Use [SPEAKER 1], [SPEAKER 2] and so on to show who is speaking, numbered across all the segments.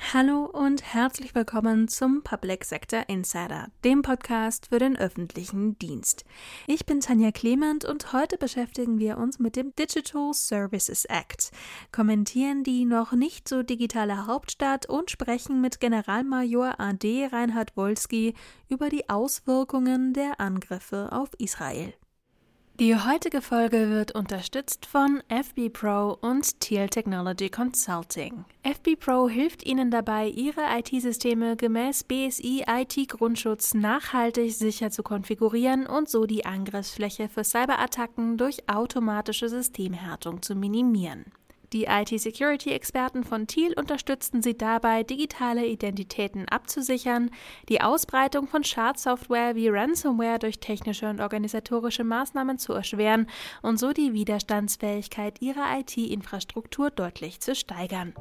[SPEAKER 1] Hallo und herzlich willkommen zum Public Sector Insider, dem Podcast für den öffentlichen Dienst. Ich bin Tanja Clement und heute beschäftigen wir uns mit dem Digital Services Act, kommentieren die noch nicht so digitale Hauptstadt und sprechen mit Generalmajor AD Reinhard Wolski über die Auswirkungen der Angriffe auf Israel. Die heutige Folge wird unterstützt von FB Pro und Thiel Technology Consulting. FB Pro hilft Ihnen dabei, Ihre IT-Systeme gemäß BSI IT-Grundschutz nachhaltig sicher zu konfigurieren und so die Angriffsfläche für Cyberattacken durch automatische Systemhärtung zu minimieren. Die IT-Security-Experten von Thiel unterstützen Sie dabei, digitale Identitäten abzusichern, die Ausbreitung von Schadsoftware wie Ransomware durch technische und organisatorische Maßnahmen zu erschweren und so die Widerstandsfähigkeit Ihrer IT-Infrastruktur deutlich zu steigern.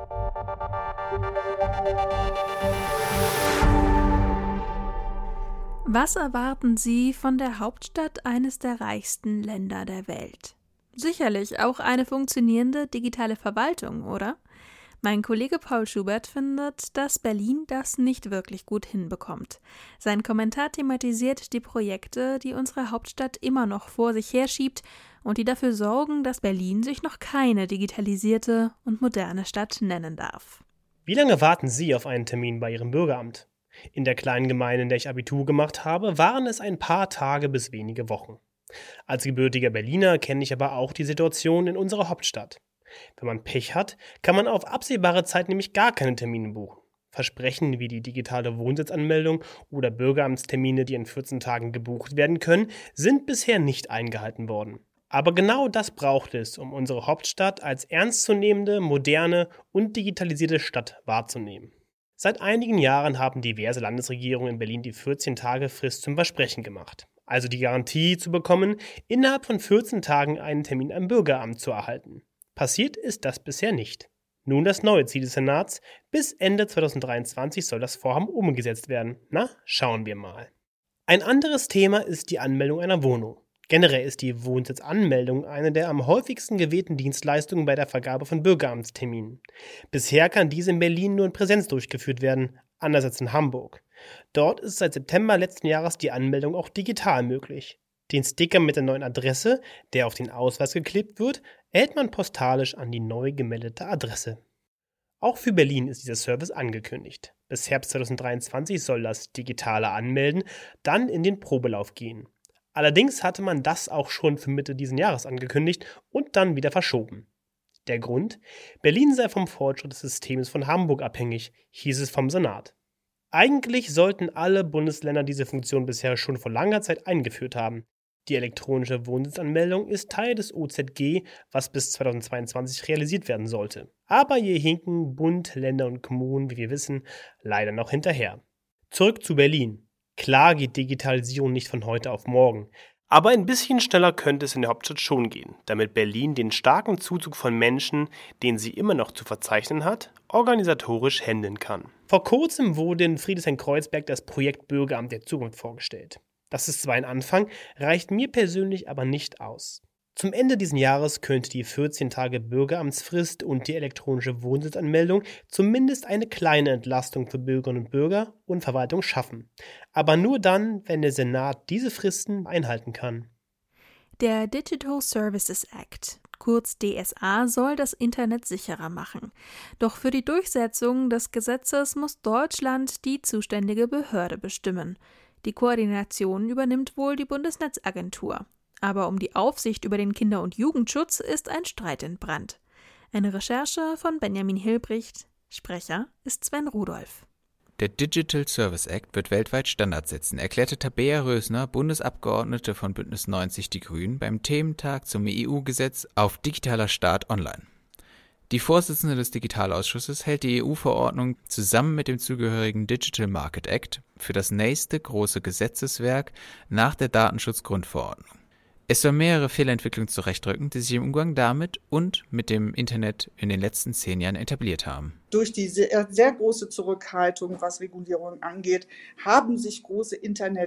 [SPEAKER 1] Was erwarten Sie von der Hauptstadt eines der reichsten Länder der Welt? Sicherlich auch eine funktionierende digitale Verwaltung, oder? Mein Kollege Paul Schubert findet, dass Berlin das nicht wirklich gut hinbekommt. Sein Kommentar thematisiert die Projekte, die unsere Hauptstadt immer noch vor sich herschiebt und die dafür sorgen, dass Berlin sich noch keine digitalisierte und moderne Stadt nennen darf.
[SPEAKER 2] Wie lange warten Sie auf einen Termin bei Ihrem Bürgeramt? In der kleinen Gemeinde, in der ich Abitur gemacht habe, waren es ein paar Tage bis wenige Wochen. Als gebürtiger Berliner kenne ich aber auch die Situation in unserer Hauptstadt. Wenn man Pech hat, kann man auf absehbare Zeit nämlich gar keine Termine buchen. Versprechen wie die digitale Wohnsitzanmeldung oder Bürgeramtstermine, die in 14 Tagen gebucht werden können, sind bisher nicht eingehalten worden. Aber genau das braucht es, um unsere Hauptstadt als ernstzunehmende, moderne und digitalisierte Stadt wahrzunehmen. Seit einigen Jahren haben diverse Landesregierungen in Berlin die 14-Tage-Frist zum Versprechen gemacht. Also die Garantie zu bekommen, innerhalb von 14 Tagen einen Termin am Bürgeramt zu erhalten. Passiert ist das bisher nicht. Nun das neue Ziel des Senats: bis Ende 2023 soll das Vorhaben umgesetzt werden. Na, schauen wir mal. Ein anderes Thema ist die Anmeldung einer Wohnung. Generell ist die Wohnsitzanmeldung eine der am häufigsten gewählten Dienstleistungen bei der Vergabe von Bürgeramtsterminen. Bisher kann diese in Berlin nur in Präsenz durchgeführt werden, anders als in Hamburg. Dort ist seit September letzten Jahres die Anmeldung auch digital möglich. Den Sticker mit der neuen Adresse, der auf den Ausweis geklebt wird, erhält man postalisch an die neu gemeldete Adresse. Auch für Berlin ist dieser Service angekündigt. Bis Herbst 2023 soll das digitale Anmelden dann in den Probelauf gehen. Allerdings hatte man das auch schon für Mitte diesen Jahres angekündigt und dann wieder verschoben. Der Grund? Berlin sei vom Fortschritt des Systems von Hamburg abhängig, hieß es vom Senat. Eigentlich sollten alle Bundesländer diese Funktion bisher schon vor langer Zeit eingeführt haben. Die elektronische Wohnsitzanmeldung ist Teil des OZG, was bis 2022 realisiert werden sollte. Aber hier hinken Bund, Länder und Kommunen, wie wir wissen, leider noch hinterher. Zurück zu Berlin. Klar geht Digitalisierung nicht von heute auf morgen. Aber ein bisschen schneller könnte es in der Hauptstadt schon gehen, damit Berlin den starken Zuzug von Menschen, den sie immer noch zu verzeichnen hat, organisatorisch handeln kann. Vor kurzem wurde in Friedrichshain-Kreuzberg das Projekt Bürgeramt der Zukunft vorgestellt. Das ist zwar ein Anfang, reicht mir persönlich aber nicht aus. Zum Ende dieses Jahres könnte die 14 Tage Bürgeramtsfrist und die elektronische Wohnsitzanmeldung zumindest eine kleine Entlastung für Bürgerinnen und Bürger und Verwaltung schaffen. Aber nur dann, wenn der Senat diese Fristen einhalten kann.
[SPEAKER 1] Der Digital Services Act, kurz DSA, soll das Internet sicherer machen. Doch für die Durchsetzung des Gesetzes muss Deutschland die zuständige Behörde bestimmen. Die Koordination übernimmt wohl die Bundesnetzagentur. Aber um die Aufsicht über den Kinder- und Jugendschutz ist ein Streit entbrannt. Eine Recherche von Benjamin Hilbricht. Sprecher ist Sven Rudolph.
[SPEAKER 3] Der Digital Service Act wird weltweit Standards setzen, erklärte Tabea Rösner, Bundesabgeordnete von Bündnis 90 Die Grünen, beim Thementag zum EU-Gesetz auf digitaler Staat online. Die Vorsitzende des Digitalausschusses hält die EU-Verordnung zusammen mit dem zugehörigen Digital Market Act für das nächste große Gesetzeswerk nach der Datenschutzgrundverordnung. Es soll mehrere Fehlentwicklungen zurechtrücken, die sich im Umgang damit und mit dem Internet in den letzten 10 Jahren etabliert haben.
[SPEAKER 4] Durch die sehr große Zurückhaltung, was Regulierung angeht, haben sich große Internet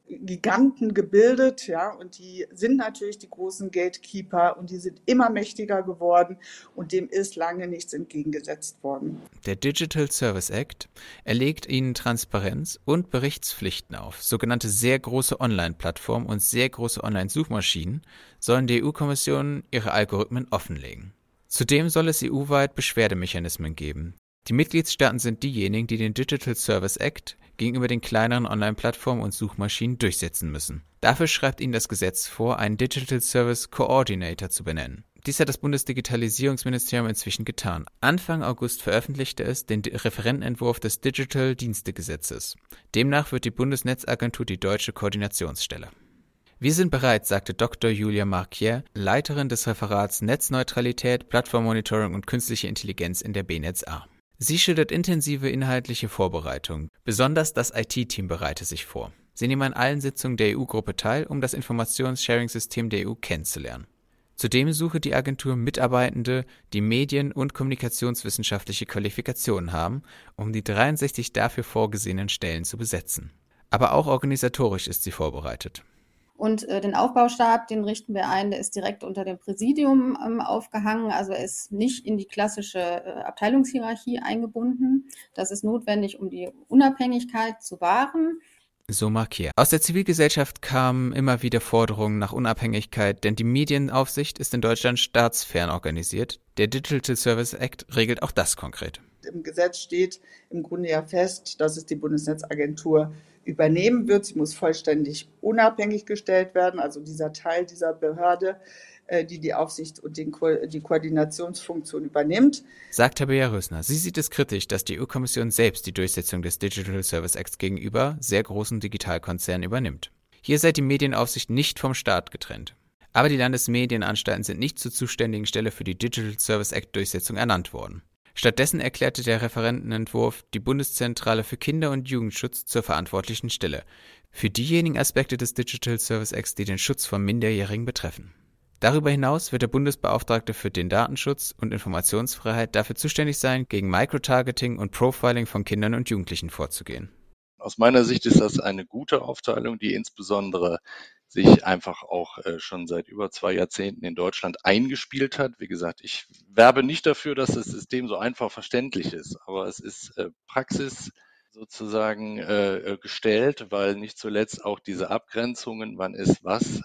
[SPEAKER 4] Giganten gebildet, ja, und die sind natürlich die großen Gatekeeper und die sind immer mächtiger geworden und dem ist lange nichts entgegengesetzt worden.
[SPEAKER 3] Der Digital Service Act erlegt ihnen Transparenz und Berichtspflichten auf. Sogenannte sehr große Online-Plattformen und sehr große Online-Suchmaschinen sollen der EU-Kommission ihre Algorithmen offenlegen. Zudem soll es EU-weit Beschwerdemechanismen geben. Die Mitgliedstaaten sind diejenigen, die den Digital Service Act gegenüber den kleineren Online-Plattformen und Suchmaschinen durchsetzen müssen. Dafür schreibt ihnen das Gesetz vor, einen Digital Service Coordinator zu benennen. Dies hat das Bundesdigitalisierungsministerium inzwischen getan. Anfang August veröffentlichte es den Referentenentwurf des Digital-Dienste-Gesetzes. Demnach wird die Bundesnetzagentur die deutsche Koordinationsstelle. Wir sind bereit, sagte Dr. Julia Marquier, Leiterin des Referats Netzneutralität, Plattformmonitoring und künstliche Intelligenz in der BNetzA. Sie schildert intensive inhaltliche Vorbereitungen. Besonders das IT-Team bereite sich vor. Sie nehmen an allen Sitzungen der EU-Gruppe teil, um das Informations-Sharing-System der EU kennenzulernen. Zudem suche die Agentur Mitarbeitende, die Medien- und kommunikationswissenschaftliche Qualifikationen haben, um die 63 dafür vorgesehenen Stellen zu besetzen. Aber auch organisatorisch ist sie vorbereitet.
[SPEAKER 5] Und den Aufbaustab, den richten wir ein, der ist direkt unter dem Präsidium aufgehangen, also er ist nicht in die klassische Abteilungshierarchie eingebunden. Das ist notwendig, um die Unabhängigkeit zu wahren.
[SPEAKER 3] So Marquier. Aus der Zivilgesellschaft kamen immer wieder Forderungen nach Unabhängigkeit, denn die Medienaufsicht ist in Deutschland staatsfern organisiert. Der Digital Service Act regelt auch das konkret.
[SPEAKER 4] Im Gesetz steht im Grunde ja fest, dass es die Bundesnetzagentur übernehmen wird. Sie muss vollständig unabhängig gestellt werden, also dieser Teil dieser Behörde, die Aufsicht und die Koordinationsfunktion übernimmt.
[SPEAKER 3] Sagt Tabea Rösner. Sie sieht es kritisch, dass die EU-Kommission selbst die Durchsetzung des Digital Service Acts gegenüber sehr großen Digitalkonzernen übernimmt. Hier sei die Medienaufsicht nicht vom Staat getrennt. Aber die Landesmedienanstalten sind nicht zur zuständigen Stelle für die Digital Service Act Durchsetzung ernannt worden. Stattdessen erklärte der Referentenentwurf die Bundeszentrale für Kinder- und Jugendschutz zur verantwortlichen Stelle für diejenigen Aspekte des Digital Service Acts, die den Schutz von Minderjährigen betreffen. Darüber hinaus wird der Bundesbeauftragte für den Datenschutz und Informationsfreiheit dafür zuständig sein, gegen Microtargeting und Profiling von Kindern und Jugendlichen vorzugehen.
[SPEAKER 6] Aus meiner Sicht ist das eine gute Aufteilung, die insbesondere sich einfach auch schon seit über 2 Jahrzehnten in Deutschland eingespielt hat. Wie gesagt, ich werbe nicht dafür, dass das System so einfach verständlich ist, aber es ist Praxis sozusagen gestellt, weil nicht zuletzt auch diese Abgrenzungen, wann ist was,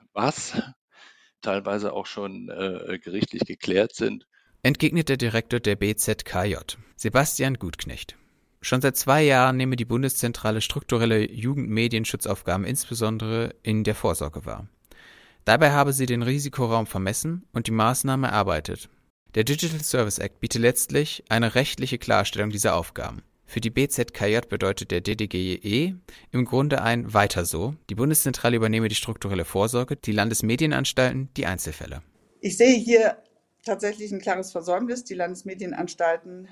[SPEAKER 6] teilweise auch schon gerichtlich geklärt sind.
[SPEAKER 3] Entgegnet der Direktor der BZKJ, Sebastian Gutknecht. Schon seit 2 Jahren nehme die Bundeszentrale strukturelle Jugendmedienschutzaufgaben insbesondere in der Vorsorge wahr. Dabei habe sie den Risikoraum vermessen und die Maßnahmen erarbeitet. Der Digital Service Act bietet letztlich eine rechtliche Klarstellung dieser Aufgaben. Für die BZKJ bedeutet der DDGE im Grunde ein Weiter so. Die Bundeszentrale übernehme die strukturelle Vorsorge, die Landesmedienanstalten die Einzelfälle.
[SPEAKER 4] Ich sehe hier tatsächlich ein klares Versäumnis. Die Landesmedienanstalten,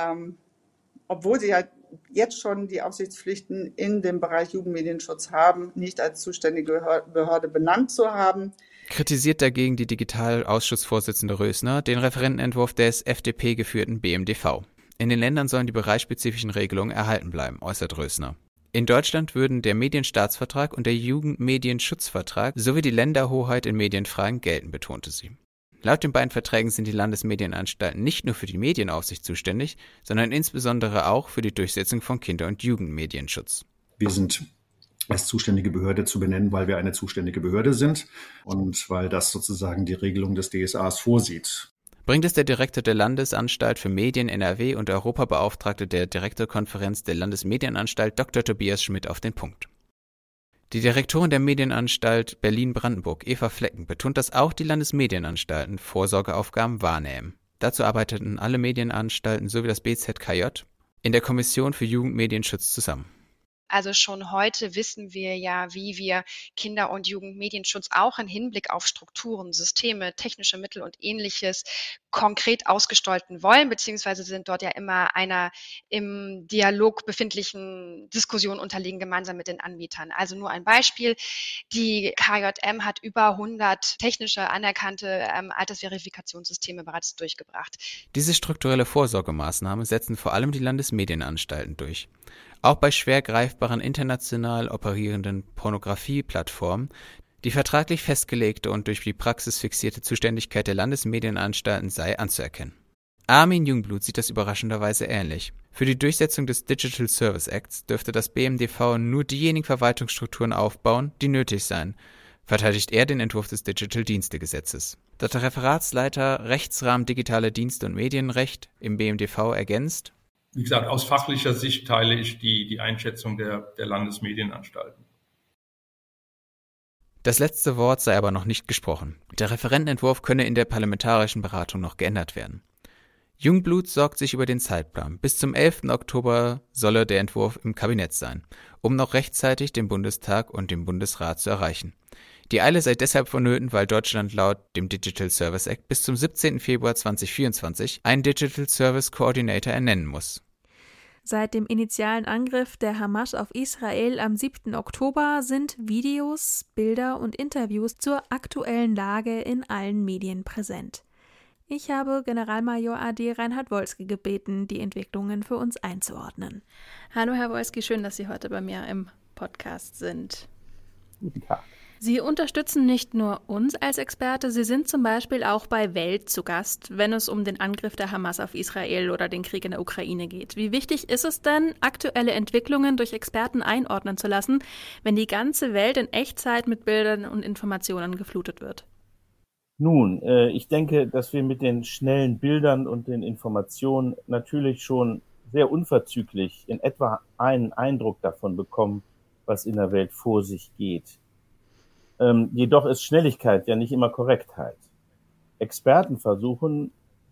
[SPEAKER 4] obwohl sie halt jetzt schon die Aufsichtspflichten in dem Bereich Jugendmedienschutz haben, nicht als zuständige Behörde benannt zu haben.
[SPEAKER 3] Kritisiert dagegen die Digitalausschussvorsitzende Rösner den Referentenentwurf des FDP-geführten BMDV. In den Ländern sollen die bereichsspezifischen Regelungen erhalten bleiben, äußert Rösner. In Deutschland würden der Medienstaatsvertrag und der Jugendmedienschutzvertrag sowie die Länderhoheit in Medienfragen gelten, betonte sie. Laut den beiden Verträgen sind die Landesmedienanstalten nicht nur für die Medienaufsicht zuständig, sondern insbesondere auch für die Durchsetzung von Kinder- und Jugendmedienschutz.
[SPEAKER 7] Wir sind als zuständige Behörde zu benennen, weil wir eine zuständige Behörde sind und weil das sozusagen die Regelung des DSAs vorsieht.
[SPEAKER 3] Bringt es der Direktor der Landesanstalt für Medien NRW und Europabeauftragte der Direktorkonferenz der Landesmedienanstalt Dr. Tobias Schmidt auf den Punkt. Die Direktorin der Medienanstalt Berlin-Brandenburg, Eva Flecken, betont, dass auch die Landesmedienanstalten Vorsorgeaufgaben wahrnehmen. Dazu arbeiteten alle Medienanstalten sowie das BZKJ in der Kommission für Jugendmedienschutz zusammen.
[SPEAKER 8] Also schon heute wissen wir ja, wie wir Kinder- und Jugendmedienschutz auch im Hinblick auf Strukturen, Systeme, technische Mittel und Ähnliches konkret ausgestalten wollen, beziehungsweise sind dort ja immer einer im Dialog befindlichen Diskussion unterliegen, gemeinsam mit den Anbietern. Also nur ein Beispiel. Die KJM hat über 100 technische anerkannte Altersverifikationssysteme bereits durchgebracht.
[SPEAKER 3] Diese strukturelle Vorsorgemaßnahme setzen vor allem die Landesmedienanstalten durch. Auch bei schwer greifbaren international operierenden Pornografie-Plattformen die vertraglich festgelegte und durch die Praxis fixierte Zuständigkeit der Landesmedienanstalten sei anzuerkennen. Armin Jungblut sieht das überraschenderweise ähnlich. Für die Durchsetzung des Digital Service Acts dürfte das BMDV nur diejenigen Verwaltungsstrukturen aufbauen, die nötig seien, verteidigt er den Entwurf des Digital-Dienste-Gesetzes. Der Referatsleiter Rechtsrahmen Digitale Dienste und Medienrecht im BMDV ergänzt:
[SPEAKER 9] Wie gesagt, aus fachlicher Sicht teile ich die Einschätzung der Landesmedienanstalten.
[SPEAKER 3] Das letzte Wort sei aber noch nicht gesprochen. Der Referentenentwurf könne in der parlamentarischen Beratung noch geändert werden. Jungblut sorgt sich über den Zeitplan. Bis zum 11. Oktober solle der Entwurf im Kabinett sein, um noch rechtzeitig den Bundestag und den Bundesrat zu erreichen. Die Eile sei deshalb vonnöten, weil Deutschland laut dem Digital Service Act bis zum 17. Februar 2024 einen Digital Service Coordinator ernennen muss.
[SPEAKER 1] Seit dem initialen Angriff der Hamas auf Israel am 7. Oktober sind Videos, Bilder und Interviews zur aktuellen Lage in allen Medien präsent. Ich habe Generalmajor AD Reinhard Wolski gebeten, die Entwicklungen für uns einzuordnen. Hallo Herr Wolski, schön, dass Sie heute bei mir im Podcast sind.
[SPEAKER 10] Guten Tag.
[SPEAKER 1] Sie unterstützen nicht nur uns als Experte, Sie sind zum Beispiel auch bei Welt zu Gast, wenn es um den Angriff der Hamas auf Israel oder den Krieg in der Ukraine geht. Wie wichtig ist es denn, aktuelle Entwicklungen durch Experten einordnen zu lassen, wenn die ganze Welt in Echtzeit mit Bildern und Informationen geflutet wird?
[SPEAKER 10] Nun, ich denke, dass wir mit den schnellen Bildern und den Informationen natürlich schon sehr unverzüglich in etwa einen Eindruck davon bekommen, was in der Welt vor sich geht. Jedoch ist Schnelligkeit ja nicht immer Korrektheit. Experten versuchen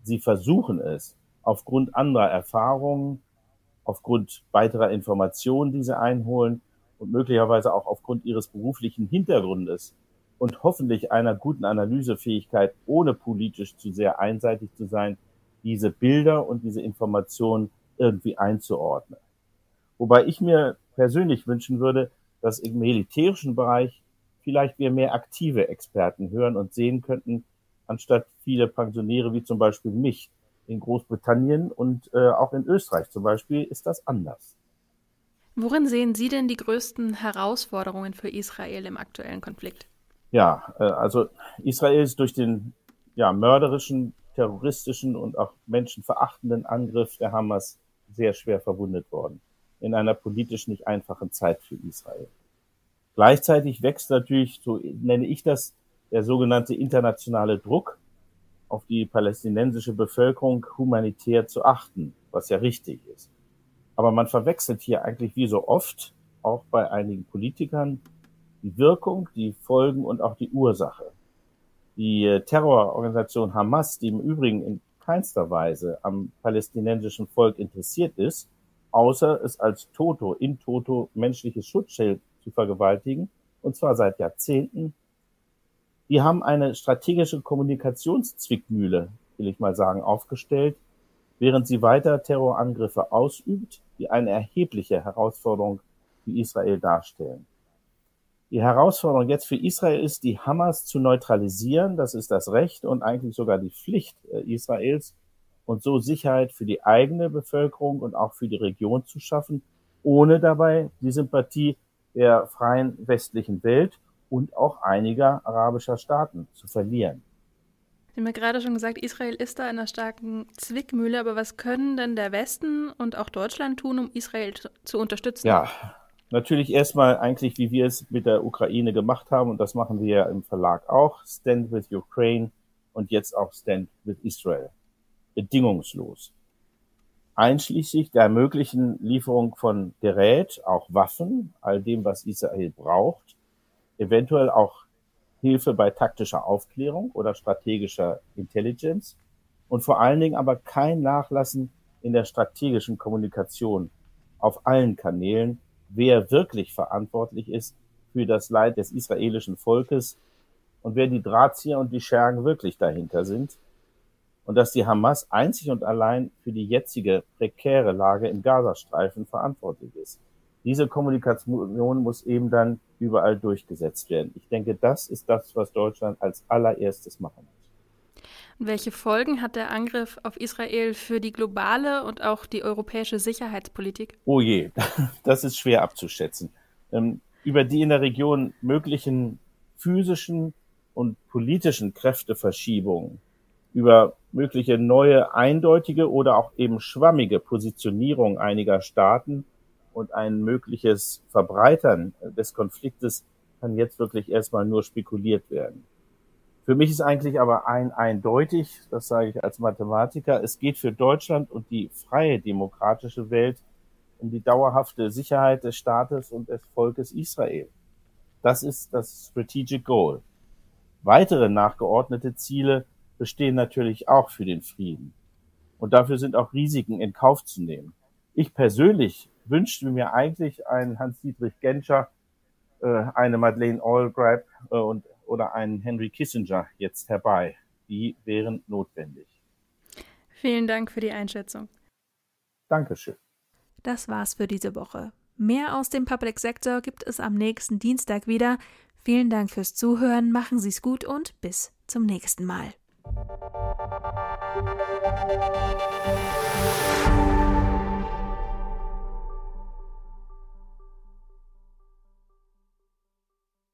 [SPEAKER 10] es, aufgrund anderer Erfahrungen, aufgrund weiterer Informationen, die sie einholen und möglicherweise auch aufgrund ihres beruflichen Hintergrundes und hoffentlich einer guten Analysefähigkeit, ohne politisch zu sehr einseitig zu sein, diese Bilder und diese Informationen irgendwie einzuordnen. Wobei ich mir persönlich wünschen würde, dass im militärischen Bereich vielleicht wir mehr aktive Experten hören und sehen könnten, anstatt viele Pensionäre wie zum Beispiel mich. In Großbritannien und auch in Österreich zum Beispiel ist das anders.
[SPEAKER 1] Worin sehen Sie denn die größten Herausforderungen für Israel im aktuellen Konflikt?
[SPEAKER 10] Ja, also Israel ist durch den mörderischen, terroristischen und auch menschenverachtenden Angriff der Hamas sehr schwer verwundet worden. In einer politisch nicht einfachen Zeit für Israel. Gleichzeitig wächst natürlich, so nenne ich das, der sogenannte internationale Druck auf die palästinensische Bevölkerung humanitär zu achten, was ja richtig ist. Aber man verwechselt hier eigentlich wie so oft, auch bei einigen Politikern, die Wirkung, die Folgen und auch die Ursache. Die Terrororganisation Hamas, die im Übrigen in keinster Weise am palästinensischen Volk interessiert ist, außer es als in toto menschliches Schutzschild zu vergewaltigen, und zwar seit Jahrzehnten. Die haben eine strategische Kommunikationszwickmühle, will ich mal sagen, aufgestellt, während sie weiter Terrorangriffe ausübt, die eine erhebliche Herausforderung für Israel darstellen. Die Herausforderung jetzt für Israel ist, die Hamas zu neutralisieren. Das ist das Recht und eigentlich sogar die Pflicht Israels und so Sicherheit für die eigene Bevölkerung und auch für die Region zu schaffen, ohne dabei die Sympathie der freien westlichen Welt und auch einiger arabischer Staaten zu verlieren.
[SPEAKER 1] Sie haben ja gerade schon gesagt, Israel ist da in einer starken Zwickmühle, aber was können denn der Westen und auch Deutschland tun, um Israel zu unterstützen?
[SPEAKER 10] Ja, natürlich erstmal eigentlich, wie wir es mit der Ukraine gemacht haben, und das machen wir ja im Verlag auch, Stand with Ukraine und jetzt auch Stand with Israel. Bedingungslos. Einschließlich der möglichen Lieferung von Gerät, auch Waffen, all dem, was Israel braucht, eventuell auch Hilfe bei taktischer Aufklärung oder strategischer Intelligence und vor allen Dingen aber kein Nachlassen in der strategischen Kommunikation auf allen Kanälen, wer wirklich verantwortlich ist für das Leid des israelischen Volkes und wer die Drahtzieher und die Schergen wirklich dahinter sind. Und dass die Hamas einzig und allein für die jetzige prekäre Lage im Gazastreifen verantwortlich ist. Diese Kommunikation muss eben dann überall durchgesetzt werden. Ich denke, das ist das, was Deutschland als allererstes machen muss.
[SPEAKER 1] Und welche Folgen hat der Angriff auf Israel für die globale und auch die europäische Sicherheitspolitik?
[SPEAKER 10] Oh je, das ist schwer abzuschätzen. Über die in der Region möglichen physischen und politischen Kräfteverschiebungen, über mögliche neue eindeutige oder auch eben schwammige Positionierung einiger Staaten und ein mögliches Verbreitern des Konfliktes kann jetzt wirklich erstmal nur spekuliert werden. Für mich ist eigentlich aber eindeutig, das sage ich als Mathematiker, es geht für Deutschland und die freie demokratische Welt um die dauerhafte Sicherheit des Staates und des Volkes Israel. Das ist das Strategic Goal. Weitere nachgeordnete Ziele bestehen natürlich auch für den Frieden. Und dafür sind auch Risiken in Kauf zu nehmen. Ich persönlich wünschte mir eigentlich einen Hans-Dietrich Genscher, eine Madeleine Albright oder einen Henry Kissinger jetzt herbei. Die wären notwendig.
[SPEAKER 1] Vielen Dank für die Einschätzung.
[SPEAKER 10] Dankeschön.
[SPEAKER 1] Das war's für diese Woche. Mehr aus dem Public Sector gibt es am nächsten Dienstag wieder. Vielen Dank fürs Zuhören, machen Sie's gut und bis zum nächsten Mal.